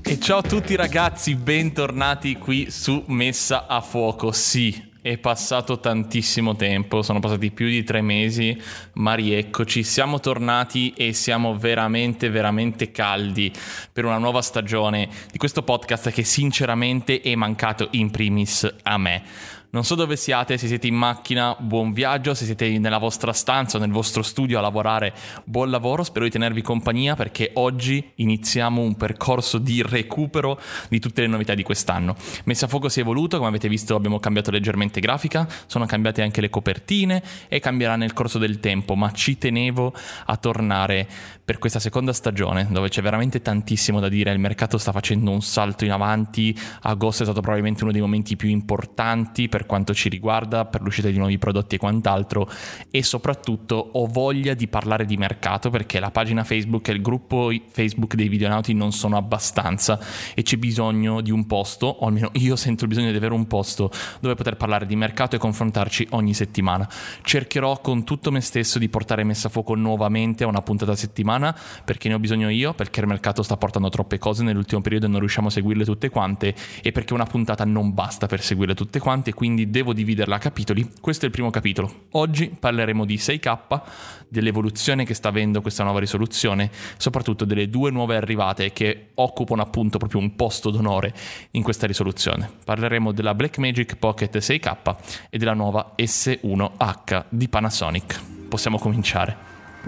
E ciao a tutti ragazzi, bentornati qui su Messa a Fuoco. Sì, è passato tantissimo tempo, sono passati più di 3 mesi, ma rieccoci, siamo tornati e siamo veramente caldi per una nuova stagione di questo podcast che sinceramente è mancato in primis a me. Non so dove siate, se siete in macchina, buon viaggio, se siete nella vostra stanza o nel vostro studio a lavorare, buon lavoro, spero di tenervi compagnia perché oggi iniziamo un percorso di recupero di tutte le novità di quest'anno. Messa a Fuoco si è evoluto, come avete visto abbiamo cambiato leggermente grafica, sono cambiate anche le copertine e cambierà nel corso del tempo, ma ci tenevo a tornare per questa seconda stagione dove c'è veramente tantissimo da dire, il mercato sta facendo un salto in avanti, agosto è stato probabilmente uno dei momenti più importanti per quanto ci riguarda, per l'uscita di nuovi prodotti e quant'altro, e soprattutto ho voglia di parlare di mercato perché la pagina Facebook e il gruppo Facebook dei Videonauti non sono abbastanza e c'è bisogno di un posto, o almeno io sento il bisogno di avere un posto dove poter parlare di mercato e confrontarci ogni settimana. Cercherò con tutto me stesso di portare Messa a Fuoco nuovamente a una puntata a settimana perché ne ho bisogno io, perché il mercato sta portando troppe cose nell'ultimo periodo e non riusciamo a seguirle tutte quante, e perché una puntata non basta per seguirle tutte quante, quindi devo dividerla a capitoli. Questo è il primo capitolo. Oggi parleremo di 6K, dell'evoluzione che sta avendo questa nuova risoluzione, soprattutto delle 2 nuove arrivate che occupano appunto proprio un posto d'onore in questa risoluzione. Parleremo della Blackmagic Pocket 6K e della nuova S1H di Panasonic. Possiamo cominciare.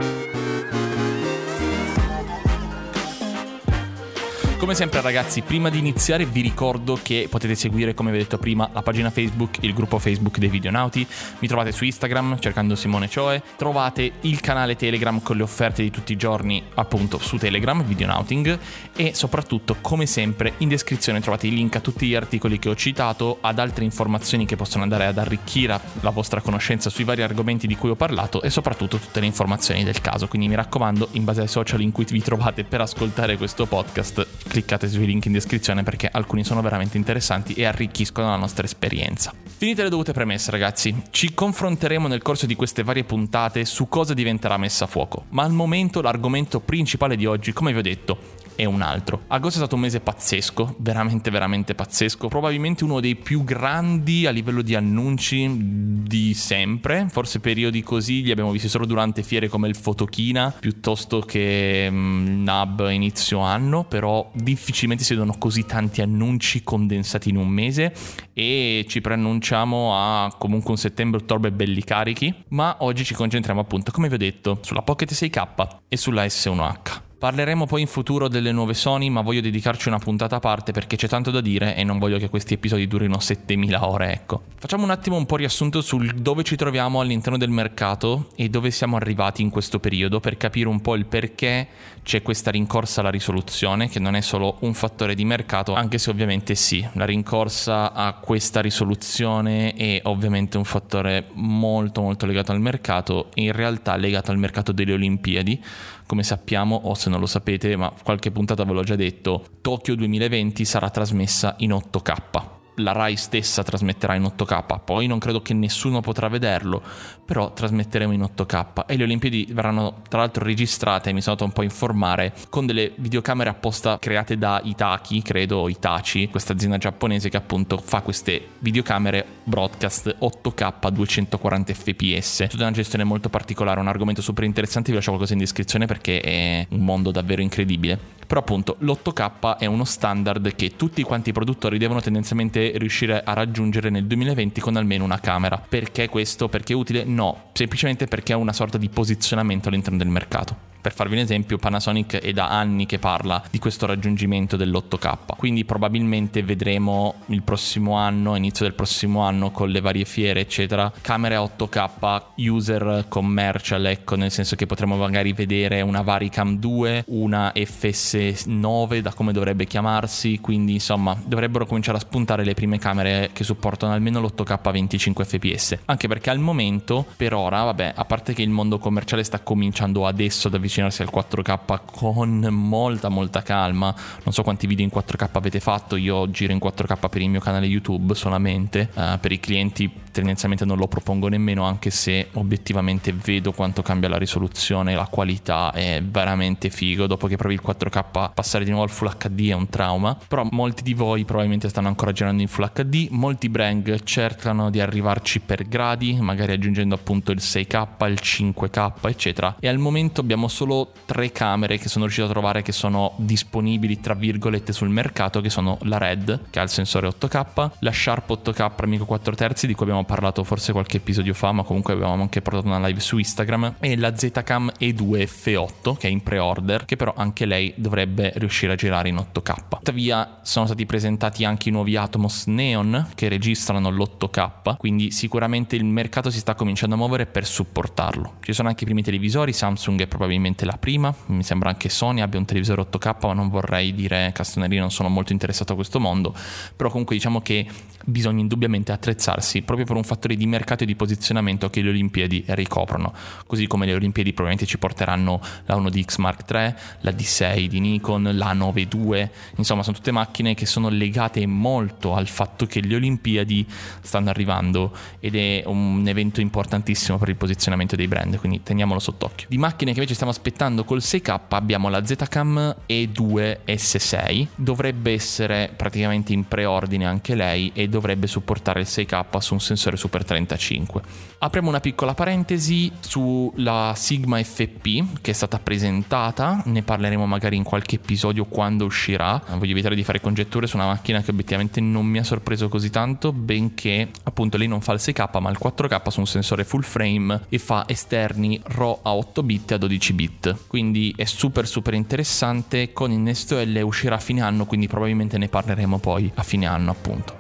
Come sempre ragazzi, prima di iniziare vi ricordo che potete seguire, come vi ho detto prima, la pagina Facebook, il gruppo Facebook dei Videonauti, mi trovate su Instagram cercando Simone Cioè, trovate il canale Telegram con le offerte di tutti i giorni appunto su Telegram, Videonauting, e soprattutto come sempre in descrizione trovate i link a tutti gli articoli che ho citato, ad altre informazioni che possono andare ad arricchire la vostra conoscenza sui vari argomenti di cui ho parlato e soprattutto tutte le informazioni del caso, quindi mi raccomando, in base ai social in cui vi trovate per ascoltare questo podcast, cliccate sui link in descrizione perché alcuni sono veramente interessanti e arricchiscono la nostra esperienza. Finite le dovute premesse ragazzi, ci confronteremo nel corso di queste varie puntate su cosa diventerà Messa a Fuoco, ma al momento l'argomento principale di oggi, come vi ho detto, è un altro. Agosto è stato un mese pazzesco, veramente pazzesco, probabilmente uno dei più grandi a livello di annunci di sempre, forse periodi così li abbiamo visti solo durante fiere come il Fotochina piuttosto che NAB inizio anno, però difficilmente si vedono così tanti annunci condensati in un mese e ci preannunciamo a comunque un settembre-ottobre belli carichi, ma oggi ci concentriamo appunto, come vi ho detto, sulla Pocket 6K e sulla S1H. Parleremo poi in futuro delle nuove Sony, ma voglio dedicarci una puntata a parte perché c'è tanto da dire e non voglio che questi episodi durino 7000 ore, ecco. Facciamo un attimo un po' riassunto sul dove ci troviamo all'interno del mercato e dove siamo arrivati in questo periodo per capire un po' il perché c'è questa rincorsa alla risoluzione, che non è solo un fattore di mercato, anche se ovviamente sì, la rincorsa a questa risoluzione è ovviamente un fattore molto legato al mercato, in realtà legato al mercato delle Olimpiadi. Come sappiamo, o se non lo sapete, ma qualche puntata ve l'ho già detto, Tokyo 2020 sarà trasmessa in 8K. La Rai stessa trasmetterà in 8K, poi non credo che nessuno potrà vederlo, però trasmetteremo in 8K e le Olimpiadi verranno tra l'altro registrate, mi sono andato un po' a informare, con delle videocamere apposta create da Hitachi, credo Hitachi, questa azienda giapponese che appunto fa queste videocamere broadcast 8K a 240 fps. Tutta una gestione molto particolare, un argomento super interessante, vi lascio qualcosa in descrizione perché è un mondo davvero incredibile. Però appunto l'8K è uno standard che tutti quanti i produttori devono tendenzialmente riuscire a raggiungere nel 2020 con almeno una camera. Perché questo? Perché è utile? No, semplicemente perché è una sorta di posizionamento all'interno del mercato. Per farvi un esempio, Panasonic è da anni che parla di questo raggiungimento dell'8K, quindi probabilmente vedremo il prossimo anno, inizio del prossimo anno, con le varie fiere eccetera, camere a 8K user commercial, ecco, nel senso che potremo magari vedere una Varicam 2, una FS9 da come dovrebbe chiamarsi, quindi insomma dovrebbero cominciare a spuntare le prime camere che supportano almeno l'8K a 25 fps, anche perché al momento, per ora, vabbè, a parte che il mondo commerciale sta cominciando adesso ad avvicinarsi al 4K con molta calma. Non so quanti video in 4K avete fatto, io giro in 4K per il mio canale YouTube solamente, per i clienti tendenzialmente non lo propongo nemmeno, anche se obiettivamente vedo quanto cambia la risoluzione, la qualità è veramente figo. Dopo che provi il 4K, passare di nuovo al Full HD è un trauma, però molti di voi probabilmente stanno ancora girando in Full HD, molti brand cercano di arrivarci per gradi, magari aggiungendo appunto il 6K, il 5K eccetera, e al momento abbiamo solo 3 camere che sono riuscito a trovare che sono disponibili tra virgolette sul mercato, che sono la Red, che ha il sensore 8K, la Sharp 8K Amico 4 terzi, di cui abbiamo parlato forse qualche episodio fa, ma comunque avevamo anche portato una live su Instagram, e la Zcam E2 F8 che è in pre-order, che però anche lei dovrebbe riuscire a girare in 8K. Tuttavia sono stati presentati anche i nuovi Atomos Neon che registrano l'8K, quindi sicuramente il mercato si sta cominciando a muovere per supportarlo. Ci sono anche i primi televisori, Samsung è probabilmente la prima, mi sembra anche Sony abbia un televisore 8K, ma non vorrei dire castonerie, non sono molto interessato a questo mondo, però comunque diciamo che bisogna indubbiamente attrezzarsi proprio per un fattore di mercato e di posizionamento che le Olimpiadi ricoprono, così come le Olimpiadi probabilmente ci porteranno la 1DX Mark III, la D6 di Nikon, la 9 II, insomma sono tutte macchine che sono legate molto al fatto che le Olimpiadi stanno arrivando ed è un evento importantissimo per il posizionamento dei brand, quindi teniamolo sott'occhio. Di macchine che invece stiamo aspettando col 6K abbiamo la Zcam E2 S6, dovrebbe essere praticamente in preordine anche lei e dovrebbe supportare il 6K su un sensore Super 35. Apriamo una piccola parentesi sulla Sigma FP che è stata presentata, ne parleremo magari in qualche episodio quando uscirà. Voglio evitare di fare congetture su una macchina che obiettivamente non mi ha sorpreso così tanto, benché appunto lei non fa il 6K ma il 4K su un sensore full frame e fa esterni RAW a 8 bit e a 12 bit, quindi è super interessante. Con innesto L uscirà a fine anno, quindi probabilmente ne parleremo poi a fine anno appunto.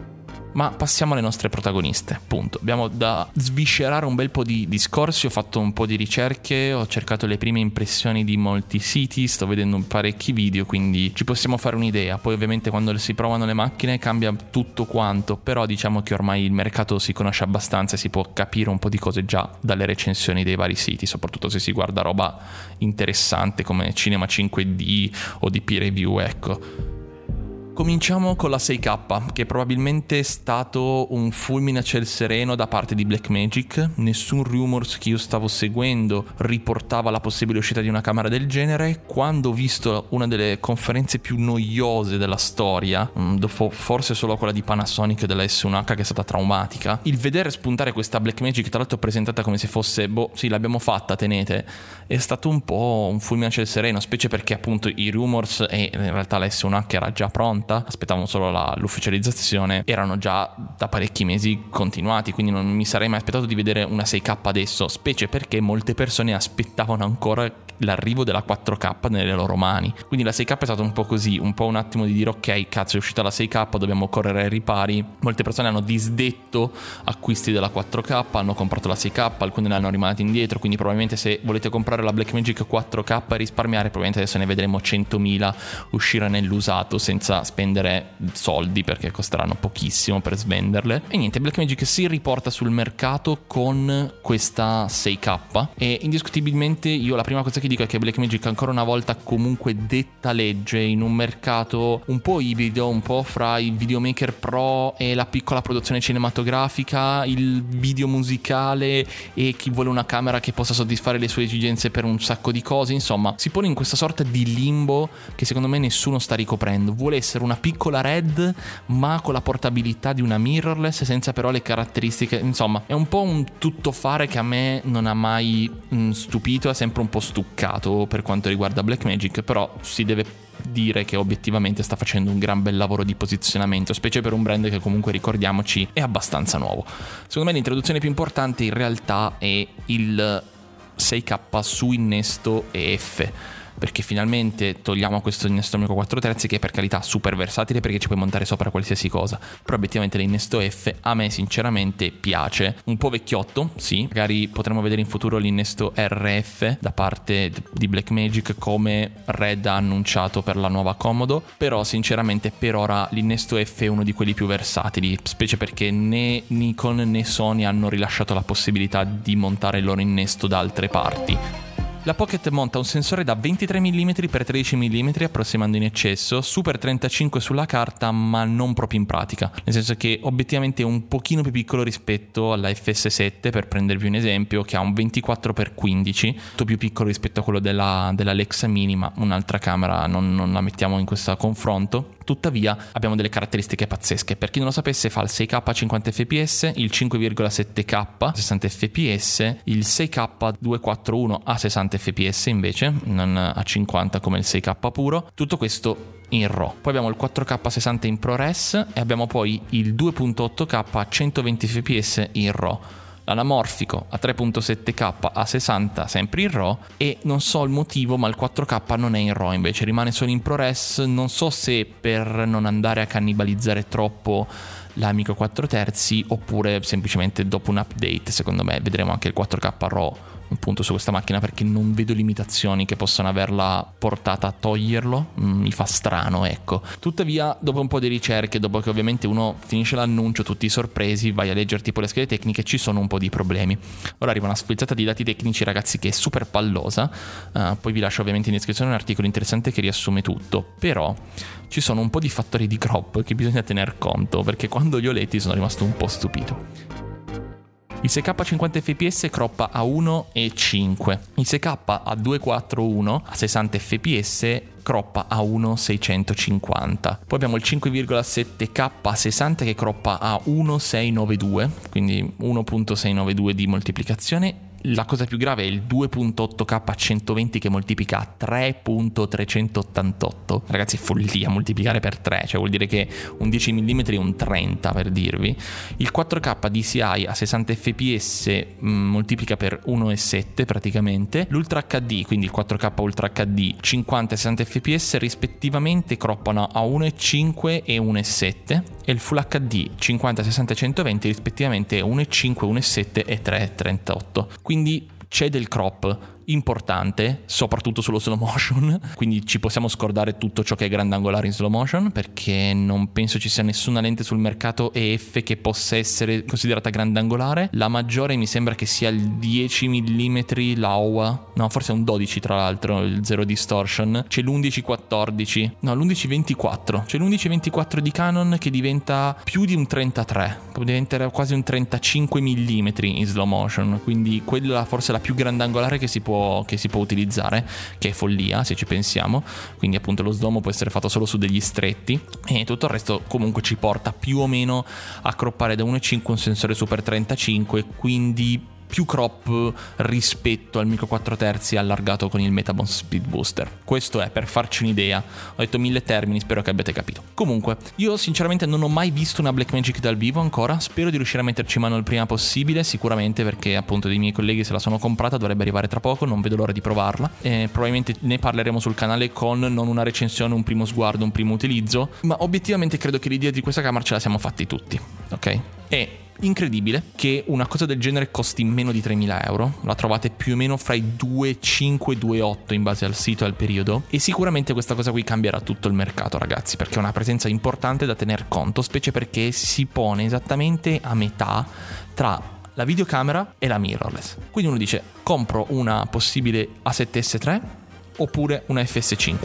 Ma passiamo alle nostre protagoniste, appunto. Abbiamo da sviscerare un bel po' di discorsi, ho fatto un po' di ricerche, ho cercato le prime impressioni di molti siti, sto vedendo parecchi video, quindi ci possiamo fare un'idea. Poi ovviamente quando si provano le macchine cambia tutto quanto, però diciamo che ormai il mercato si conosce abbastanza e si può capire un po' di cose già dalle recensioni dei vari siti, soprattutto se si guarda roba interessante come Cinema 5D o di peer review, ecco. Cominciamo con la 6K, che probabilmente è stato un fulmine a ciel sereno da parte di Blackmagic. Nessun rumors che io stavo seguendo riportava la possibile uscita di una camera del genere. Quando ho visto una delle conferenze più noiose della storia, dopo forse solo quella di Panasonic della S1H che è stata traumatica, il vedere spuntare questa Blackmagic, tra l'altro presentata come se fosse sì, l'abbiamo fatta, tenete, è stato un po' un fulmine a ciel sereno, specie perché appunto i rumors e in realtà la S1H era già pronta, aspettavamo solo l'ufficializzazione, erano già da parecchi mesi continuati, quindi non mi sarei mai aspettato di vedere una 6K adesso, specie perché molte persone aspettavano ancora l'arrivo della 4K nelle loro mani. Quindi la 6K è stato un po' così, un po' un attimo di dire ok, cazzo è uscita la 6K, dobbiamo correre ai ripari. Molte persone hanno disdetto acquisti della 4K, hanno comprato la 6K, alcune ne hanno rimandate indietro, quindi probabilmente se volete comprare la Blackmagic 4K e risparmiare, probabilmente adesso ne vedremo 100.000 uscire nell'usato senza spendere soldi, perché costeranno pochissimo per svenderle. E niente, Blackmagic si riporta sul mercato con questa 6K e indiscutibilmente io la prima cosa che dico è che Blackmagic ancora una volta comunque detta legge in un mercato un po' ibrido, un po' fra i videomaker pro e la piccola produzione cinematografica, il video musicale e chi vuole una camera che possa soddisfare le sue esigenze per un sacco di cose. Insomma, si pone in questa sorta di limbo che secondo me nessuno sta ricoprendo. Vuole essere una piccola Red ma con la portabilità di una mirrorless senza però le caratteristiche, insomma è un po' un tuttofare che a me non ha mai stupito, è sempre un po' stuccato per quanto riguarda Blackmagic, però si deve dire che obiettivamente sta facendo un gran bel lavoro di posizionamento, specie per un brand che comunque, ricordiamoci, è abbastanza nuovo. Secondo me l'introduzione più importante in realtà è il 6K su innesto EF, perché finalmente togliamo questo innesto Amico 4 terzi che è per carità super versatile perché ci puoi montare sopra qualsiasi cosa, però obiettivamente l'innesto F a me sinceramente piace. Un po' vecchiotto, sì, magari potremo vedere in futuro l'innesto RF da parte di Blackmagic come Red ha annunciato per la nuova Komodo, però sinceramente per ora l'innesto F è uno di quelli più versatili, specie perché né Nikon né Sony hanno rilasciato la possibilità di montare il loro innesto da altre parti. La Pocket monta un sensore da 23 mm x 13 mm approssimando in eccesso, super 35 sulla carta ma non proprio in pratica, nel senso che obiettivamente è un pochino più piccolo rispetto alla FS7, per prendervi un esempio, che ha un 24x15, molto più piccolo rispetto a quello della Alexa Mini, ma un'altra camera non la mettiamo in questo confronto. Tuttavia abbiamo delle caratteristiche pazzesche. Per chi non lo sapesse, fa il 6K a 50 fps, il 5,7K a 60 fps, il 6K 241 a 60 fps invece, non a 50 come il 6K puro. Tutto questo in RAW. Poi abbiamo il 4K a 60 in ProRes e abbiamo poi il 2.8K a 120 fps in RAW. L'anamorfico a 3.7K a 60 sempre in RAW, e non so il motivo ma il 4K non è in RAW, invece rimane solo in ProRes. Non so se per non andare a cannibalizzare troppo la micro 4 terzi oppure semplicemente dopo un update. Secondo me vedremo anche il 4K RAW appunto su questa macchina, perché non vedo limitazioni che possano averla portata a toglierlo. Mi fa strano, ecco. Tuttavia, dopo un po' di ricerche, dopo che ovviamente uno finisce l'annuncio tutti sorpresi, vai a leggere tipo le schede tecniche, ci sono un po' di problemi. Ora arriva una sfilzata di dati tecnici, ragazzi, che è super pallosa. Poi vi lascio ovviamente in descrizione un articolo interessante che riassume tutto, però ci sono un po' di fattori di crop che bisogna tener conto, perché quando li ho letti sono rimasto un po' stupito. Il 6K a 50 fps croppa a 1.5, il 6K a 241 a 60 fps croppa a 1.650. Poi abbiamo il 5,7K a 60 che croppa a 1.692, quindi 1.692 di moltiplicazione. La cosa più grave è il 2.8K a 120 che moltiplica a 3.388. Ragazzi, è follia moltiplicare per 3, cioè vuol dire che un 10 mm è un 30, per dirvi. Il 4K DCI a 60 fps moltiplica per 1.7 praticamente. L'Ultra HD, quindi il 4K Ultra HD 50 e 60 fps rispettivamente croppano a 1.5 e 1.7, e il Full HD 50, 60 e 120 rispettivamente 1.5, 1.7 e 3.38. Quindi c'è del crop importante, soprattutto sullo slow motion, quindi ci possiamo scordare tutto ciò che è grandangolare in slow motion, perché non penso ci sia nessuna lente sul mercato EF che possa essere considerata grandangolare. La maggiore mi sembra che sia il 10 mm Laowa, no, forse è un 12 tra l'altro, il Zero Distortion. C'è l'11-14, no, l'11-24, c'è l'11-24 di Canon che diventa più di un 33, può diventare quasi un 35 mm in slow motion, quindi quella forse è la più grandangolare che si può utilizzare, che è follia se ci pensiamo. Quindi appunto lo slow può essere fatto solo su degli stretti, e tutto il resto comunque ci porta più o meno a croppare da 1.5 un sensore super 35, quindi più crop rispetto al micro 4 terzi allargato con il Metabone Speed Booster. Questo è per farci un'idea. Ho detto 1000 termini, spero che abbiate capito. Comunque, io sinceramente non ho mai visto una Blackmagic dal vivo ancora. Spero di riuscire a metterci mano il prima possibile, sicuramente, perché appunto dei miei colleghi se la sono comprata, dovrebbe arrivare tra poco, non vedo l'ora di provarla. Probabilmente ne parleremo sul canale con non una recensione, un primo sguardo, un primo utilizzo, ma obiettivamente credo che l'idea di questa camera ce la siamo fatti tutti, ok? È incredibile che una cosa del genere costi meno di 3.000 euro. La trovate più o meno fra i 2,5 e 2,8 in base al sito e al periodo, e sicuramente questa cosa qui cambierà tutto il mercato, ragazzi, perché è una presenza importante da tener conto, specie perché si pone esattamente a metà tra la videocamera e la mirrorless. Quindi uno dice: compro una possibile A7S III oppure una FS5.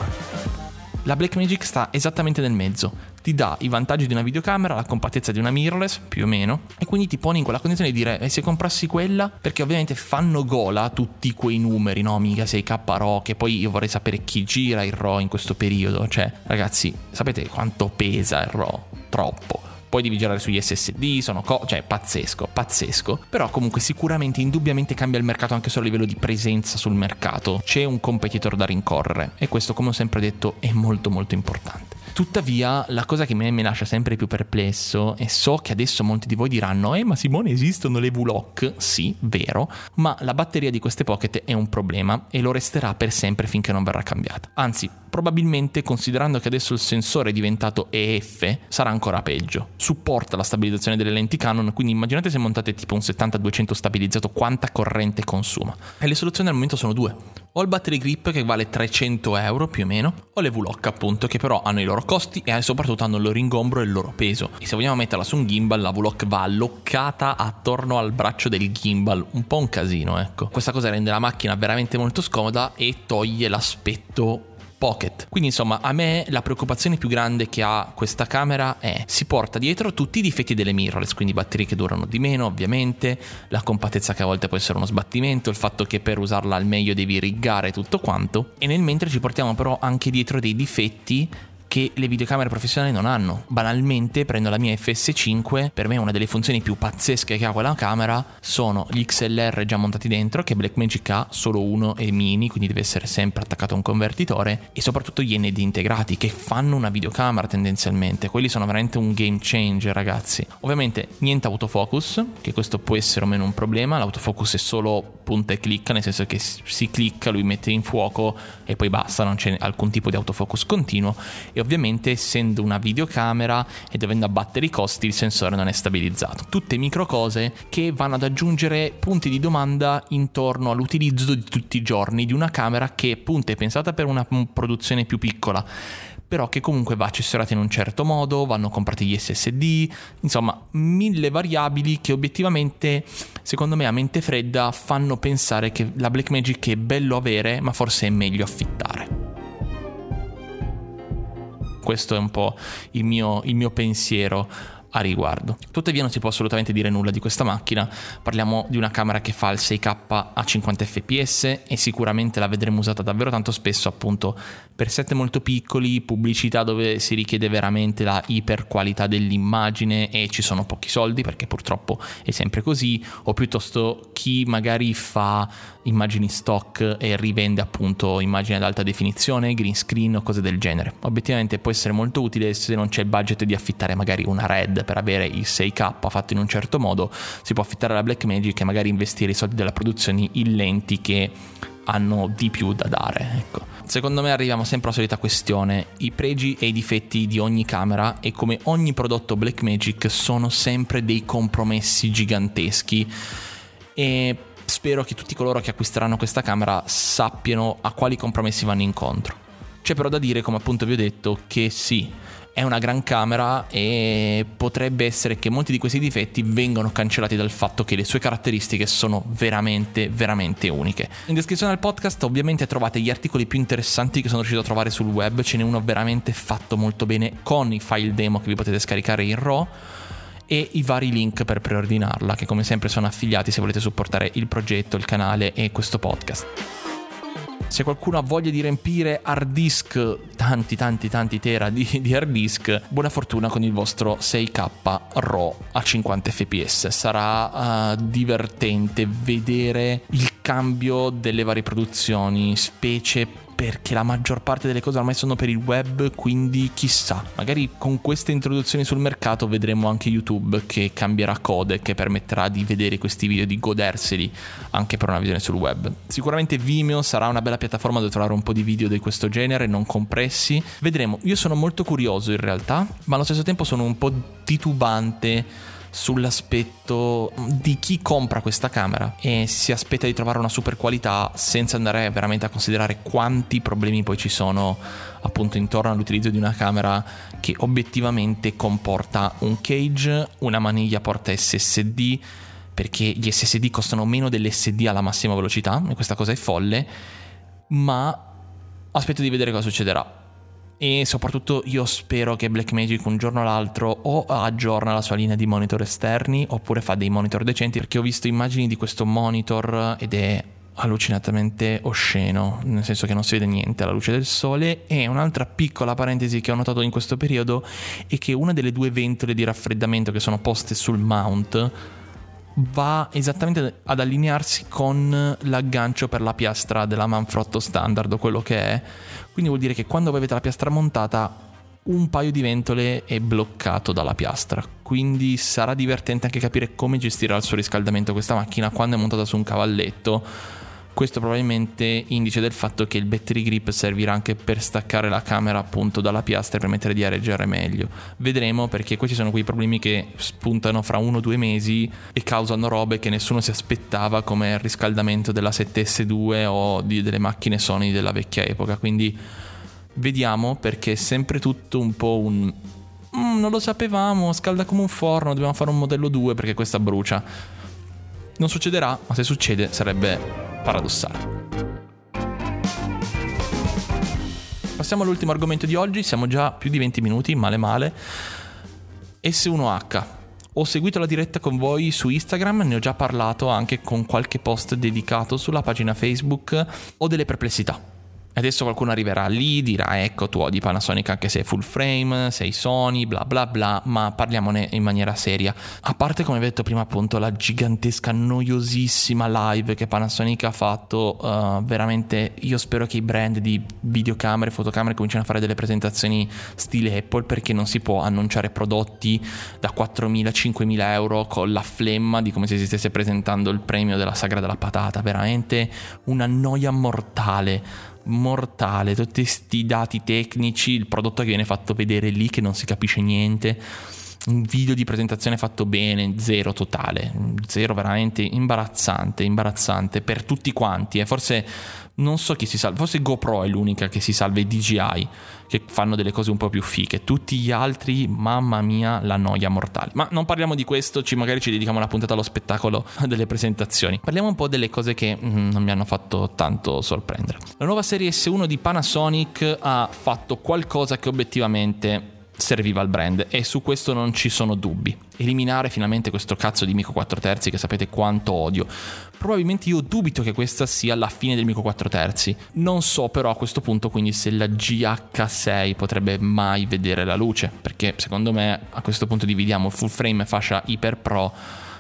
La Blackmagic sta esattamente nel mezzo, ti dà i vantaggi di una videocamera, la compattezza di una mirrorless più o meno, e quindi ti poni in quella condizione di dire: se comprassi quella, perché ovviamente fanno gola tutti quei numeri, no, mica 6K RAW, che poi io vorrei sapere chi gira il RAW in questo periodo. Cioè ragazzi, sapete quanto pesa il RAW? Troppo. Poi devi girare sugli SSD, cioè pazzesco. Però comunque sicuramente, indubbiamente cambia il mercato anche solo a livello di presenza sul mercato. C'è un competitor da rincorrere, e questo, come ho sempre detto, è molto molto importante. Tuttavia, la cosa che mi lascia sempre più perplesso, e so che adesso molti di voi diranno: ma Simone, esistono le V-Lock? Sì, vero, ma la batteria di queste Pocket è un problema e lo resterà per sempre finché non verrà cambiata. Anzi, probabilmente, considerando che adesso il sensore è diventato EF, sarà ancora peggio. Supporta la stabilizzazione delle lenti Canon, quindi immaginate se montate tipo un 70-200 stabilizzato quanta corrente consuma. E le soluzioni al momento sono due: o il battery grip che vale 300 euro più o meno, o le V-Lock appunto, che però hanno i loro loro costi e soprattutto hanno il loro ingombro e il loro peso. E se vogliamo metterla su un gimbal, la V-Lock va alloccata attorno al braccio del gimbal, un po' un casino, ecco. Questa cosa rende la macchina veramente molto scomoda e toglie l'aspetto pocket. Quindi insomma, a me la preoccupazione più grande che ha questa camera è: si porta dietro tutti i difetti delle mirrorless, quindi batterie che durano di meno ovviamente, la compattezza che a volte può essere uno sbattimento, il fatto che per usarla al meglio devi riggare tutto quanto, e nel mentre ci portiamo però anche dietro dei difetti che le videocamere professionali non hanno. Banalmente prendo la mia FS5, per me una delle funzioni più pazzesche che ha quella camera sono gli XLR già montati dentro, che Blackmagic ha solo uno e mini, quindi deve essere sempre attaccato a un convertitore, e soprattutto gli ND integrati che fanno una videocamera tendenzialmente. Quelli sono veramente un game changer, ragazzi. Ovviamente niente autofocus, che questo può essere o meno un problema. L'autofocus è solo punta e clicca, nel senso che si clicca, lui mette in fuoco e poi basta, non c'è alcun tipo di autofocus continuo. E ovviamente, essendo una videocamera e dovendo abbattere i costi, il sensore non è stabilizzato. Tutte micro cose che vanno ad aggiungere punti di domanda intorno all'utilizzo di tutti i giorni di una camera che appunto è pensata per una produzione più piccola, però che comunque va accessorata in un certo modo, vanno comprati gli SSD, insomma 1000 variabili che obiettivamente, secondo me a mente fredda, fanno pensare che la Blackmagic è bello avere, ma forse è meglio affittare. Questo è un po' il mio pensiero a riguardo. Tuttavia non si può assolutamente dire nulla di questa macchina. Parliamo di una camera che fa il 6K a 50 fps e sicuramente la vedremo usata davvero tanto spesso, appunto per set molto piccoli, pubblicità dove si richiede veramente la iper qualità dell'immagine e ci sono pochi soldi, perché purtroppo è sempre così, o piuttosto chi magari fa immagini stock e rivende appunto immagini ad alta definizione, green screen o cose del genere. Obiettivamente può essere molto utile se non c'è il budget di affittare magari una RED per avere il 6K fatto in un certo modo. Si può affittare la Blackmagic e magari investire i soldi della produzione in lenti che hanno di più da dare, ecco. Secondo me arriviamo sempre alla solita questione: i pregi e i difetti di ogni camera, e come ogni prodotto Blackmagic sono sempre dei compromessi giganteschi, e spero che tutti coloro che acquisteranno questa camera sappiano a quali compromessi vanno incontro. C'è però da dire, come appunto vi ho detto, che sì, è una gran camera e potrebbe essere che molti di questi difetti vengano cancellati dal fatto che le sue caratteristiche sono veramente veramente uniche. In descrizione del podcast ovviamente trovate gli articoli più interessanti che sono riuscito a trovare sul web. Ce n'è uno veramente fatto molto bene con i file demo che vi potete scaricare in RAW e i vari link per preordinarla, che come sempre sono affiliati se volete supportare il progetto, il canale e questo podcast. Se qualcuno ha voglia di riempire hard disk, tanti tera di hard disk, buona fortuna con il vostro 6K RAW a 50 fps. Sarà divertente vedere il cambio delle varie produzioni, specie perché la maggior parte delle cose ormai sono per il web, quindi chissà, magari con queste introduzioni sul mercato vedremo anche YouTube che cambierà codec che permetterà di vedere questi video, di goderseli anche per una visione sul web. Sicuramente Vimeo sarà una bella piattaforma dove trovare un po' di video di questo genere non compressi. Vedremo. Io sono molto curioso in realtà, ma allo stesso tempo sono un po' titubante sull'aspetto di chi compra questa camera e si aspetta di trovare una super qualità senza andare veramente a considerare quanti problemi poi ci sono appunto intorno all'utilizzo di una camera che obiettivamente comporta un cage, una maniglia porta SSD, perché gli SSD costano meno dell'SD alla massima velocità e questa cosa è folle, ma aspetto di vedere cosa succederà. E soprattutto io spero che Blackmagic un giorno o l'altro o aggiorna la sua linea di monitor esterni oppure fa dei monitor decenti, perché ho visto immagini di questo monitor ed è allucinatamente osceno, nel senso che non si vede niente alla luce del sole. E un'altra piccola parentesi che ho notato in questo periodo è che una delle due ventole di raffreddamento che sono poste sul mount va esattamente ad allinearsi con l'aggancio per la piastra della Manfrotto standard o quello che è, quindi vuol dire che quando voi avete la piastra montata un paio di ventole è bloccato dalla piastra, quindi sarà divertente anche capire come gestirà il suo riscaldamento questa macchina quando è montata su un cavalletto. Questo probabilmente indice del fatto che il battery grip servirà anche per staccare la camera appunto dalla piastra e permettere di areggiare meglio. Vedremo, perché questi sono quei problemi che spuntano fra 1 o 2 mesi e causano robe che nessuno si aspettava, come il riscaldamento della 7S2 o delle macchine Sony della vecchia epoca. Quindi Vediamo, perché è sempre tutto un po' un non lo sapevamo, scalda come un forno, dobbiamo fare un modello 2 perché questa brucia. Non succederà, ma se succede sarebbe paradossale. Passiamo all'ultimo argomento di oggi, siamo già più di 20 minuti, male. S1H. Ho seguito la diretta con voi su Instagram, ne ho già parlato anche con qualche post dedicato sulla pagina Facebook. Ho delle perplessità. Adesso qualcuno arriverà lì, dirà ecco, tu odi Panasonic anche se è full frame, sei Sony, bla bla bla, ma parliamone in maniera seria. A parte, come vi ho detto prima, appunto, la gigantesca, noiosissima live che Panasonic ha fatto, veramente io spero che i brand di videocamere, fotocamere cominciano a fare delle presentazioni stile Apple, perché non si può annunciare prodotti da 4.000-5.000 euro con la flemma di come se si stesse presentando il premio della sagra della patata. Veramente una noia mortale, tutti sti dati tecnici, il prodotto che viene fatto vedere lì che non si capisce niente, un video di presentazione fatto bene, zero totale, zero, veramente imbarazzante per tutti quanti. Forse non so chi si salva, forse GoPro è l'unica che si salva, i DJI che fanno delle cose un po' più fighe, tutti gli altri, mamma mia, la noia mortale. Ma non parliamo di questo, magari ci dedichiamo una puntata allo spettacolo delle presentazioni. Parliamo un po' delle cose che non mi hanno fatto tanto sorprendere. La nuova serie S1 di Panasonic ha fatto qualcosa che obiettivamente serviva al brand, e su questo non ci sono dubbi: eliminare finalmente questo cazzo di Micro 4 terzi che sapete quanto odio. Probabilmente io dubito che questa sia la fine del Micro 4 terzi, non so però a questo punto quindi se la GH6 potrebbe mai vedere la luce, perché secondo me a questo punto dividiamo full frame, fascia Hyper Pro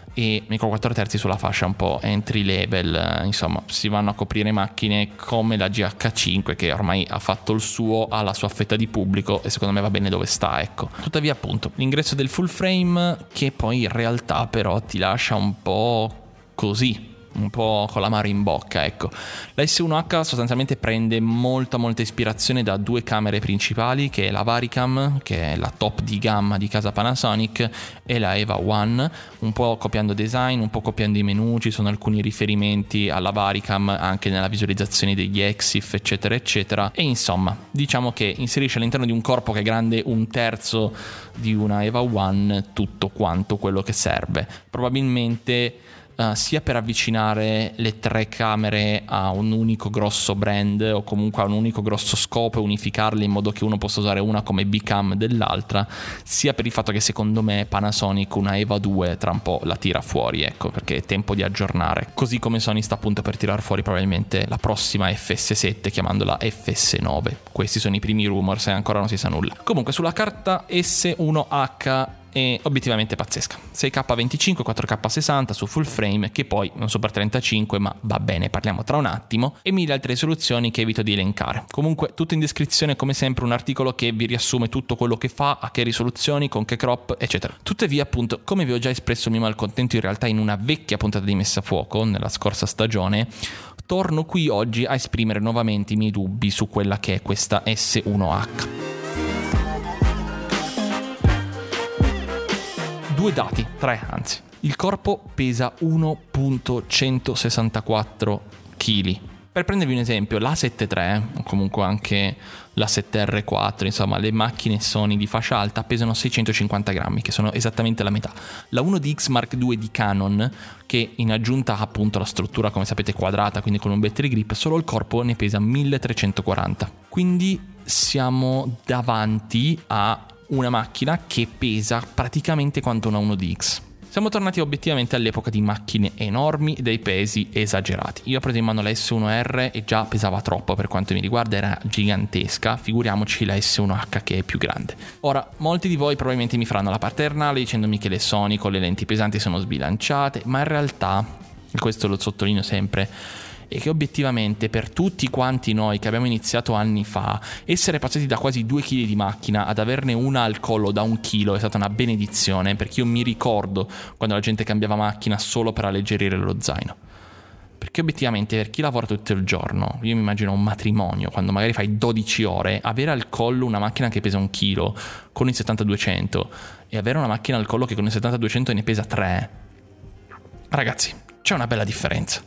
e Micro 4 terzi sulla fascia un po' entry level. Insomma, si vanno a coprire macchine come la GH5 che ormai ha fatto il suo, ha la sua fetta di pubblico e secondo me va bene dove sta, ecco. Tuttavia, appunto, l'ingresso del full frame che poi in realtà però ti lascia un po' così, un po' con l'amaro in bocca, ecco. La S1H sostanzialmente prende molta ispirazione da due camere principali, che è la Varicam, che è la top di gamma di casa Panasonic, e la EVA One, un po' copiando design, un po' copiando i menu. Ci sono alcuni riferimenti alla Varicam anche nella visualizzazione degli EXIF, eccetera eccetera, e insomma diciamo che inserisce all'interno di un corpo che è grande 1/3 di una EVA One tutto quanto quello che serve. Probabilmente sia per avvicinare le tre camere a un unico grosso brand, o comunque a un unico grosso scopo, e unificarle in modo che uno possa usare una come B-cam dell'altra, sia per il fatto che secondo me Panasonic una EVA 2 tra un po' la tira fuori, ecco, perché è tempo di aggiornare, così come Sony sta appunto per tirar fuori probabilmente la prossima FS7 chiamandola FS9. Questi sono i primi rumors e ancora non si sa nulla. Comunque sulla carta S1H è obiettivamente pazzesca, 6K25, 4K60 su full frame, che poi non Super 35, ma va bene, parliamo tra un attimo, e 1000 altre risoluzioni che evito di elencare. Comunque tutto in descrizione, come sempre un articolo che vi riassume tutto quello che fa, a che risoluzioni, con che crop, eccetera. Tuttavia, appunto, come vi ho già espresso il mio malcontento in realtà in una vecchia puntata di Messa a Fuoco nella scorsa stagione, torno qui oggi a esprimere nuovamente i miei dubbi su quella che è questa S1H. Due dati, tre anzi. Il corpo pesa 1.164 kg. Per prendervi un esempio, la 7.3 o comunque anche la 7R4, insomma le macchine Sony di fascia alta pesano 650 grammi, che sono esattamente la metà. La 1DX Mark II di Canon, che in aggiunta ha appunto la struttura come sapete quadrata, quindi con un battery grip, solo il corpo ne pesa 1340. Quindi siamo davanti a una macchina che pesa praticamente quanto una 1DX. Siamo tornati obiettivamente all'epoca di macchine enormi e dei pesi esagerati. Io ho preso in mano la S1R e già pesava troppo per quanto mi riguarda, era gigantesca, figuriamoci la S1H che è più grande. Ora, molti di voi probabilmente mi faranno la paternale dicendomi che le Sony con le lenti pesanti sono sbilanciate, ma in realtà, e questo lo sottolineo sempre, e che obiettivamente per tutti quanti noi che abbiamo iniziato anni fa, essere passati da quasi 2 kg di macchina ad averne una al collo da 1 chilo è stata una benedizione, perché io mi ricordo quando la gente cambiava macchina solo per alleggerire lo zaino. Perché obiettivamente per chi lavora tutto il giorno, io mi immagino un matrimonio, quando magari fai 12 ore, avere al collo una macchina che pesa 1 chilo con il 70-200 e avere una macchina al collo che con il 70-200 ne pesa 3, ragazzi, c'è una bella differenza.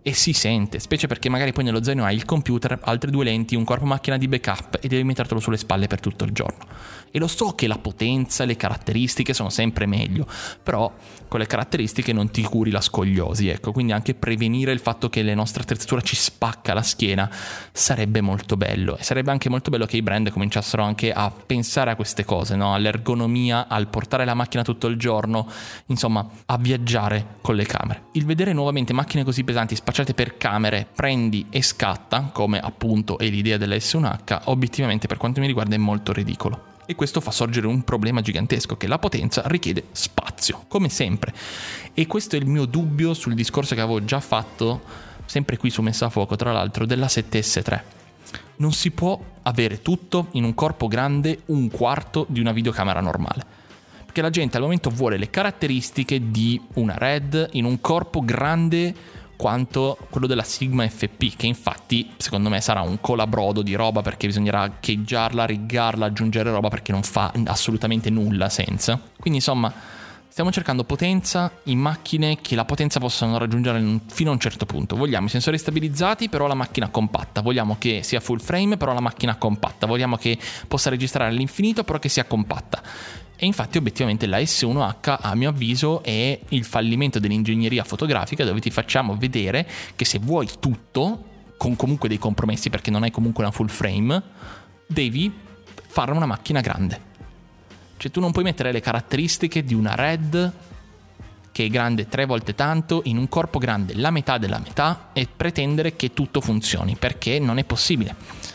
e si sente, specie perché magari poi nello zaino hai il computer, altre 2 lenti, un corpo macchina di backup e devi mettertelo sulle spalle per tutto il giorno. E lo so che la potenza e le caratteristiche sono sempre meglio, però con le caratteristiche non ti curi la scoliosi, ecco, quindi anche prevenire il fatto che le nostre attrezzatura ci spacca la schiena sarebbe molto bello, e sarebbe anche molto bello che i brand cominciassero anche a pensare a queste cose, no? All'ergonomia, al portare la macchina tutto il giorno, insomma a viaggiare con le camere. Il vedere nuovamente macchine così pesanti spacciate per camere, prendi e scatta, come appunto è l'idea della S1H, obiettivamente per quanto mi riguarda è molto ridicolo. E questo fa sorgere un problema gigantesco, che la potenza richiede spazio, come sempre. E questo è il mio dubbio sul discorso che avevo già fatto, sempre qui su Messa a Fuoco, tra l'altro, della 7S3. Non si può avere tutto in un corpo grande, 1/4 di una videocamera normale. Perché la gente al momento vuole le caratteristiche di una Red in un corpo grande quanto quello della Sigma FP, che infatti secondo me sarà un colabrodo di roba, perché bisognerà cheggiarla, riggarla, aggiungere roba, perché non fa assolutamente nulla senza. Quindi insomma stiamo cercando potenza in macchine che la potenza possano raggiungere fino a un certo punto. Vogliamo i sensori stabilizzati però la macchina compatta, vogliamo che sia full frame però la macchina compatta, vogliamo che possa registrare all'infinito però che sia compatta. E infatti obiettivamente la S1H a mio avviso è il fallimento dell'ingegneria fotografica, dove ti facciamo vedere che se vuoi tutto, con comunque dei compromessi perché non hai comunque una full frame, devi fare una macchina grande. Cioè tu non puoi mettere le caratteristiche di una Red che è grande 3 volte tanto in un corpo grande la metà della metà e pretendere che tutto funzioni, perché non è possibile.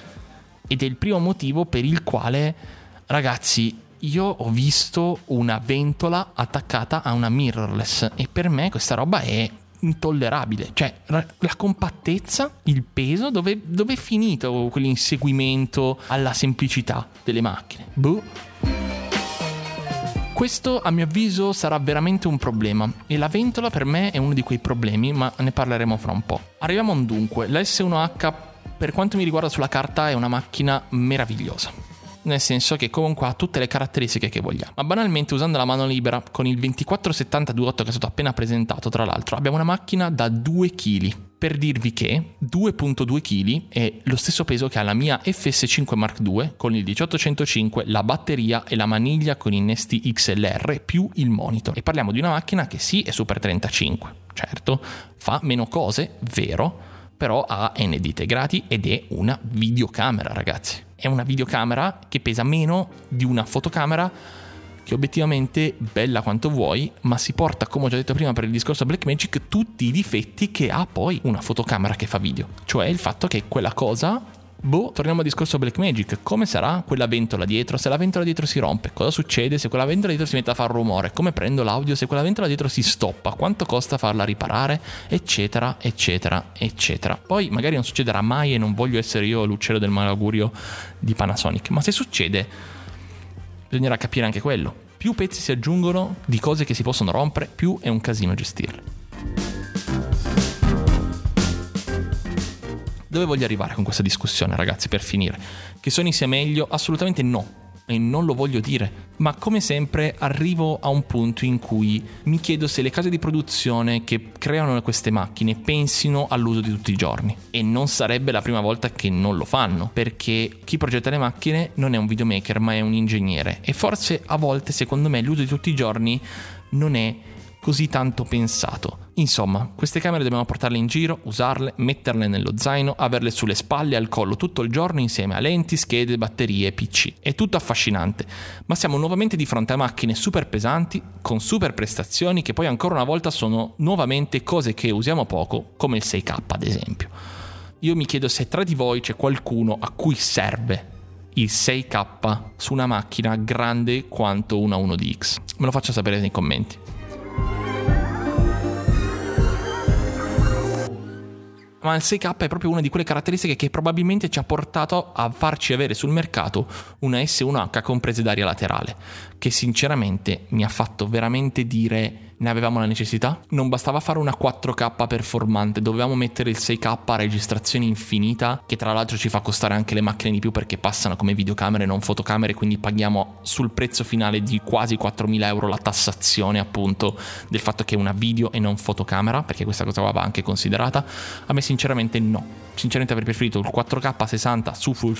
Ed è il primo motivo per il quale, ragazzi, io ho visto una ventola attaccata a una mirrorless e per me questa roba è intollerabile. Cioè la compattezza, il peso, dove è finito quell'inseguimento alla semplicità delle macchine? Questo a mio avviso sarà veramente un problema e la ventola per me è uno di quei problemi, ma ne parleremo fra un po'. Arriviamo a un dunque. La S1H per quanto mi riguarda sulla carta è una macchina meravigliosa, nel senso che comunque ha tutte le caratteristiche che vogliamo. Ma banalmente, usando la mano libera con il 2470-28 che è stato appena presentato, tra l'altro abbiamo una macchina da 2 kg. Per dirvi che 2.2 kg è lo stesso peso che ha la mia FS5 Mark II con il 1805, la batteria e la maniglia con innesti XLR più il monitor. E parliamo di una macchina che sì è Super 35, certo, fa meno cose, vero, però ha ND integrati ed è una videocamera, ragazzi. È una videocamera che pesa meno di una fotocamera, che obiettivamente bella quanto vuoi, ma si porta, come ho già detto prima per il discorso Blackmagic, tutti i difetti che ha poi una fotocamera che fa video. Cioè il fatto che quella cosa, torniamo al discorso Blackmagic, come sarà quella ventola dietro? Se la ventola dietro si rompe, cosa succede? Se quella ventola dietro si mette a fare rumore, come prendo l'audio? Se quella ventola dietro si stoppa, quanto costa farla riparare? Eccetera, eccetera, eccetera. Poi magari non succederà mai e non voglio essere io l'uccello del malaugurio di Panasonic, ma se succede bisognerà capire anche quello. Più pezzi si aggiungono di cose che si possono rompere, più è un casino gestirle. Dove voglio arrivare con questa discussione, ragazzi, per finire? Che Sony sia meglio? Assolutamente no. E non lo voglio dire, ma come sempre arrivo a un punto in cui mi chiedo se le case di produzione che creano queste macchine pensino all'uso di tutti i giorni, e non sarebbe la prima volta che non lo fanno, perché chi progetta le macchine non è un videomaker ma è un ingegnere, e forse a volte secondo me l'uso di tutti i giorni non è così tanto pensato. Insomma, queste camere dobbiamo portarle in giro, usarle, metterle nello zaino, averle sulle spalle e al collo tutto il giorno insieme a lenti, schede, batterie, PC. È tutto affascinante, ma siamo nuovamente di fronte a macchine super pesanti, con super prestazioni, che poi ancora una volta sono nuovamente cose che usiamo poco, come il 6K ad esempio. Io mi chiedo se tra di voi c'è qualcuno a cui serve il 6K su una macchina grande quanto una 1DX. Me lo faccia sapere nei commenti. Ma il 6K è proprio una di quelle caratteristiche che probabilmente ci ha portato a farci avere sul mercato una S1H con prese d'aria laterale, che sinceramente mi ha fatto veramente dire Ne avevamo la necessità? Non bastava fare una 4K performante, dovevamo mettere il 6K a registrazione infinita, che tra l'altro ci fa costare anche le macchine di più perché passano come videocamere non fotocamere, quindi paghiamo sul prezzo finale di quasi 4.000 euro la tassazione appunto del fatto che è una video e non fotocamera, perché questa cosa va anche considerata. A me sinceramente sinceramente avrei preferito il 4K 60 su full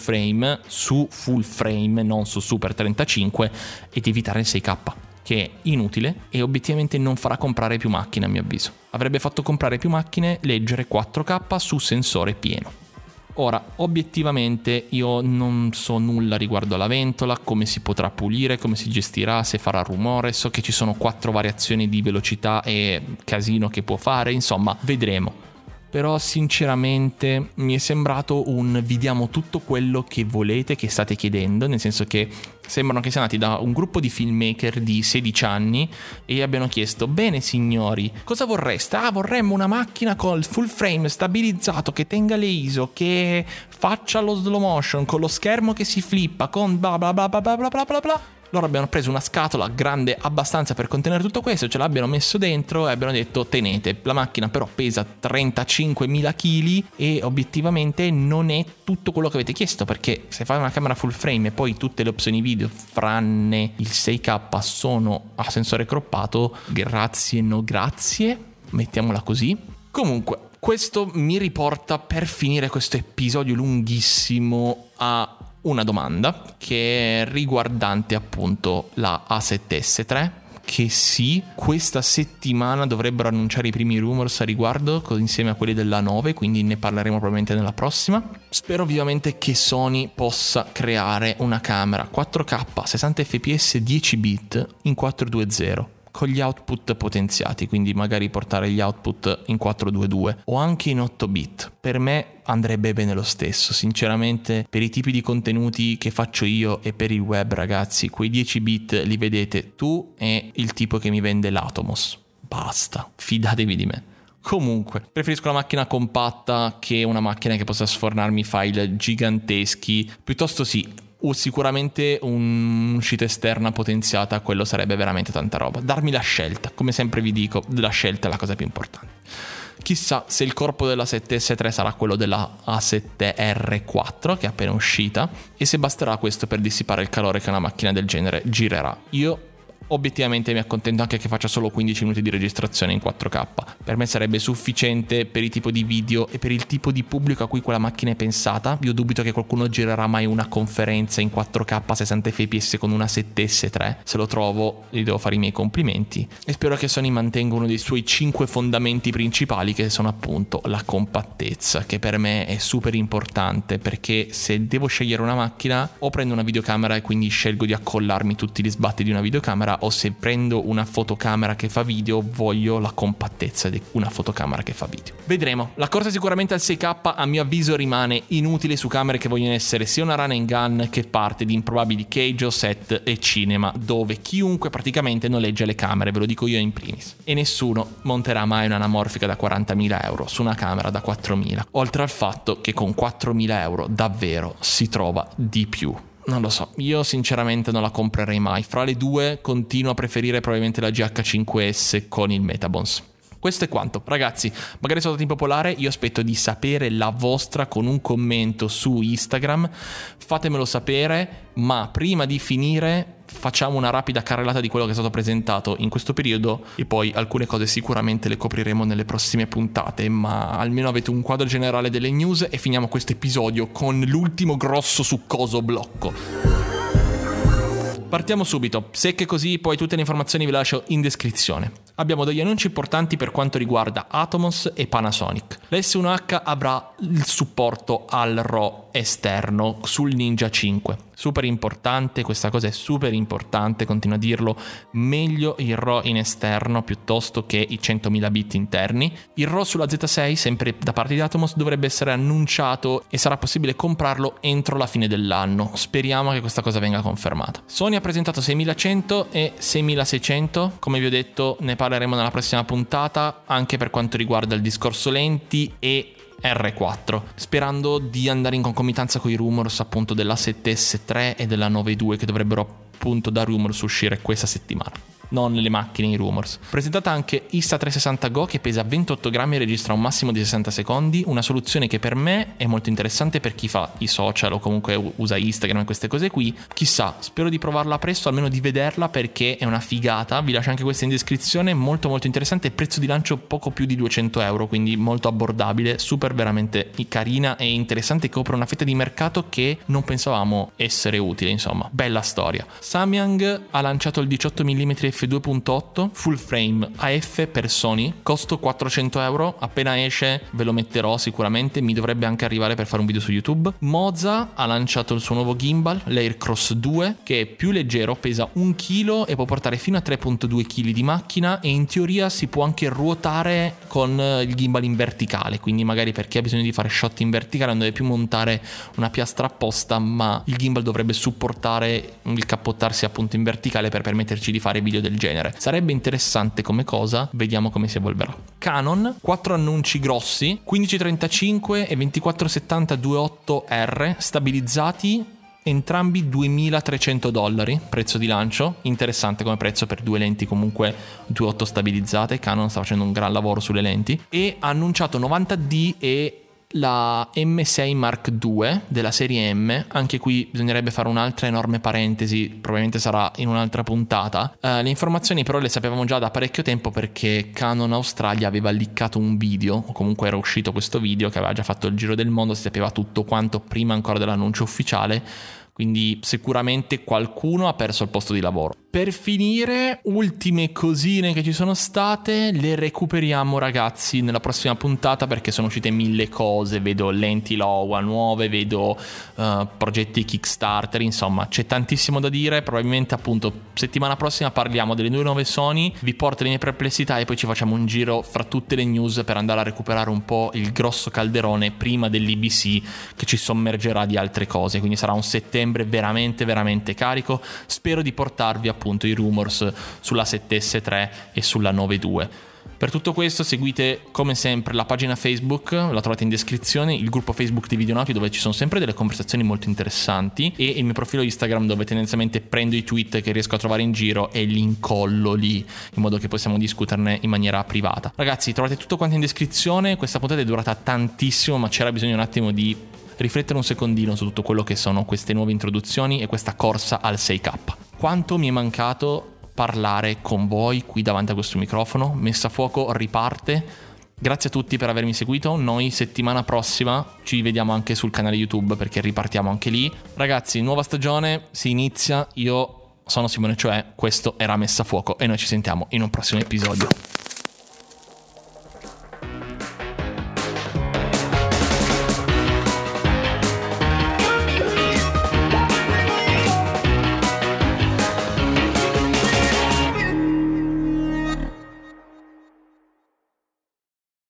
frame, non su Super 35, ed evitare il 6K, che è inutile e obiettivamente non farà comprare più macchine a mio avviso. Avrebbe fatto comprare più macchine leggere 4K su sensore pieno. Ora, obiettivamente io non so nulla riguardo alla ventola, come si potrà pulire, come si gestirà, se farà rumore. So che ci sono 4 variazioni di velocità e casino che può fare, insomma, vedremo. Però sinceramente mi è sembrato vi diamo tutto quello che volete, che state chiedendo, nel senso che sembrano che siano nati da un gruppo di filmmaker di 16 anni e abbiano chiesto: bene signori, cosa vorreste? Vorremmo una macchina col full frame stabilizzato, che tenga le ISO, che faccia lo slow motion, con lo schermo che si flippa, con bla bla bla bla bla bla bla bla. Loro abbiano preso una scatola grande abbastanza per contenere tutto questo, ce l'abbiano messo dentro e abbiano detto: tenete, la macchina però pesa 35.000 kg e obiettivamente non è tutto quello che avete chiesto, perché se fate una camera full frame e poi tutte le opzioni video tranne il 6K sono a sensore croppato, grazie no grazie, mettiamola così. Comunque, questo mi riporta, per finire questo episodio lunghissimo, a una domanda che è riguardante appunto la A7S III, che sì, questa settimana dovrebbero annunciare i primi rumors a riguardo insieme a quelli della 9, quindi ne parleremo probabilmente nella prossima. Spero vivamente che Sony possa creare una camera 4K 60 fps 10 bit in 420 con gli output potenziati, quindi magari portare gli output in 422 o anche in 8 bit. Per me andrebbe bene lo stesso, sinceramente, per i tipi di contenuti che faccio io e per il web, ragazzi, quei 10 bit li vedete tu e il tipo che mi vende l'Atomos. Basta, fidatevi di me. Comunque, preferisco una macchina compatta che una macchina che possa sfornarmi file giganteschi. Piuttosto sì, sicuramente un'uscita esterna potenziata, quello sarebbe veramente tanta roba. Darmi la scelta, come sempre vi dico, la scelta è la cosa più importante. Chissà se il corpo della 7S III sarà quello della A7R4 che è appena uscita, e se basterà questo per dissipare il calore che una macchina del genere girerà. Io obiettivamente mi accontento anche che faccia solo 15 minuti di registrazione in 4K. Per me sarebbe sufficiente per il tipo di video e per il tipo di pubblico a cui quella macchina è pensata. Io dubito che qualcuno girerà mai una conferenza in 4K 60 fps con una 7S III. Se lo trovo, gli devo fare i miei complimenti, e spero che Sony mantenga uno dei suoi 5 fondamenti principali, che sono appunto la compattezza, che per me è super importante, perché se devo scegliere una macchina, o prendo una videocamera e quindi scelgo di accollarmi tutti gli sbatti di una videocamera, o se prendo una fotocamera che fa video, voglio la compattezza di una fotocamera che fa video. Vedremo. La corsa sicuramente al 6K a mio avviso rimane inutile su camere che vogliono essere sia una run and gun che parte di improbabili cage o set e cinema, dove chiunque praticamente noleggia le camere, ve lo dico io in primis, e nessuno monterà mai un'anamorfica da 40.000 euro su una camera da 4.000, oltre al fatto che con 4.000 euro davvero si trova di più. Non lo so, io sinceramente non la comprerei mai. Fra le due continuo a preferire probabilmente la GH5S con il Metabons. Questo è quanto, ragazzi. Magari sono stato impopolare, io aspetto di sapere la vostra con un commento su Instagram. Fatemelo sapere, ma prima di finire facciamo una rapida carrellata di quello che è stato presentato in questo periodo, e poi alcune cose sicuramente le copriremo nelle prossime puntate, ma almeno avete un quadro generale delle news e finiamo questo episodio con l'ultimo grosso succoso blocco. Partiamo subito, secche così, poi tutte le informazioni ve le lascio in descrizione. Abbiamo degli annunci importanti per quanto riguarda Atomos e Panasonic. La S1H avrà il supporto al RAW esterno sul Ninja 5. Super importante, questa cosa è super importante, continuo a dirlo, meglio il RAW in esterno piuttosto che i 100.000 bit interni. Il RAW sulla Z6, sempre da parte di Atomos, dovrebbe essere annunciato e sarà possibile comprarlo entro la fine dell'anno. Speriamo che questa cosa venga confermata. Sony ha presentato 6100 e 6600, come vi ho detto ne parleremo nella prossima puntata, anche per quanto riguarda il discorso lenti e R4, sperando di andare in concomitanza con i rumors appunto della 7S III e della 9.2 che dovrebbero appunto da rumors uscire questa settimana. non le macchine, i rumors. Presentata anche Insta360 Go, che pesa 28 grammi e registra un massimo di 60 secondi, una soluzione che per me è molto interessante per chi fa i social o comunque usa Instagram e queste cose qui. Chissà, spero di provarla presto, almeno di vederla, perché è una figata. Vi lascio anche questa in descrizione, molto molto interessante, prezzo di lancio poco più di 200 euro, quindi molto abbordabile, super veramente carina e interessante, che copre una fetta di mercato che non pensavamo essere utile, insomma, bella storia. Samyang ha lanciato il 18 mm f2.8 full frame AF per Sony, costo 400 euro, appena esce ve lo metterò sicuramente, mi dovrebbe anche arrivare per fare un video su YouTube. Moza ha lanciato il suo nuovo gimbal, l'Aircross 2, che è più leggero, pesa 1 kg e può portare fino a 3.2 kg di macchina, e in teoria si può anche ruotare con il gimbal in verticale, quindi magari per chi ha bisogno di fare shot in verticale non deve più montare una piastra apposta, ma il gimbal dovrebbe supportare il cappottarsi appunto in verticale per permetterci di fare video del genere. Sarebbe interessante come cosa, vediamo come si evolverà. Canon, 4 annunci grossi, 1535 e 2470 2.8R, stabilizzati entrambi $2.300, prezzo di lancio. Interessante come prezzo per due lenti comunque 2.8 stabilizzate. Canon sta facendo un gran lavoro sulle lenti, e ha annunciato 90D e la M6 Mark II della serie M. Anche qui bisognerebbe fare un'altra enorme parentesi, probabilmente sarà in un'altra puntata. Le informazioni però le sapevamo già da parecchio tempo, perché Canon Australia aveva leakato un video, o comunque era uscito questo video che aveva già fatto il giro del mondo, si sapeva tutto quanto prima ancora dell'annuncio ufficiale, quindi sicuramente qualcuno ha perso il posto di lavoro. Per finire, ultime cosine che ci sono state, le recuperiamo ragazzi nella prossima puntata, perché sono uscite 1000 cose, vedo lenti Lowa nuove, vedo progetti Kickstarter, insomma c'è tantissimo da dire. Probabilmente appunto settimana prossima parliamo delle due nuove Sony, vi porto le mie perplessità e poi ci facciamo un giro fra tutte le news per andare a recuperare un po' il grosso calderone prima dell'IBC che ci sommergerà di altre cose, quindi sarà un settembre veramente veramente carico. Spero di portarvi appunto i rumors sulla 7S3 e sulla 9.2. Per tutto questo seguite come sempre la pagina Facebook, la trovate in descrizione, il gruppo Facebook di Videonauti dove ci sono sempre delle conversazioni molto interessanti, e il mio profilo Instagram dove tendenzialmente prendo i tweet che riesco a trovare in giro e li incollo lì in modo che possiamo discuterne in maniera privata. Ragazzi, trovate tutto quanto in descrizione. Questa puntata è durata tantissimo, ma c'era bisogno un attimo di riflettere un secondino su tutto quello che sono queste nuove introduzioni e questa corsa al 6K. Quanto mi è mancato parlare con voi qui davanti a questo microfono. Messa a Fuoco riparte. Grazie a tutti per avermi seguito. Noi settimana prossima ci vediamo anche sul canale YouTube, perché ripartiamo anche lì. Ragazzi, nuova stagione si inizia. Io sono Simone Cioè, questo era Messa a Fuoco e noi ci sentiamo in un prossimo episodio.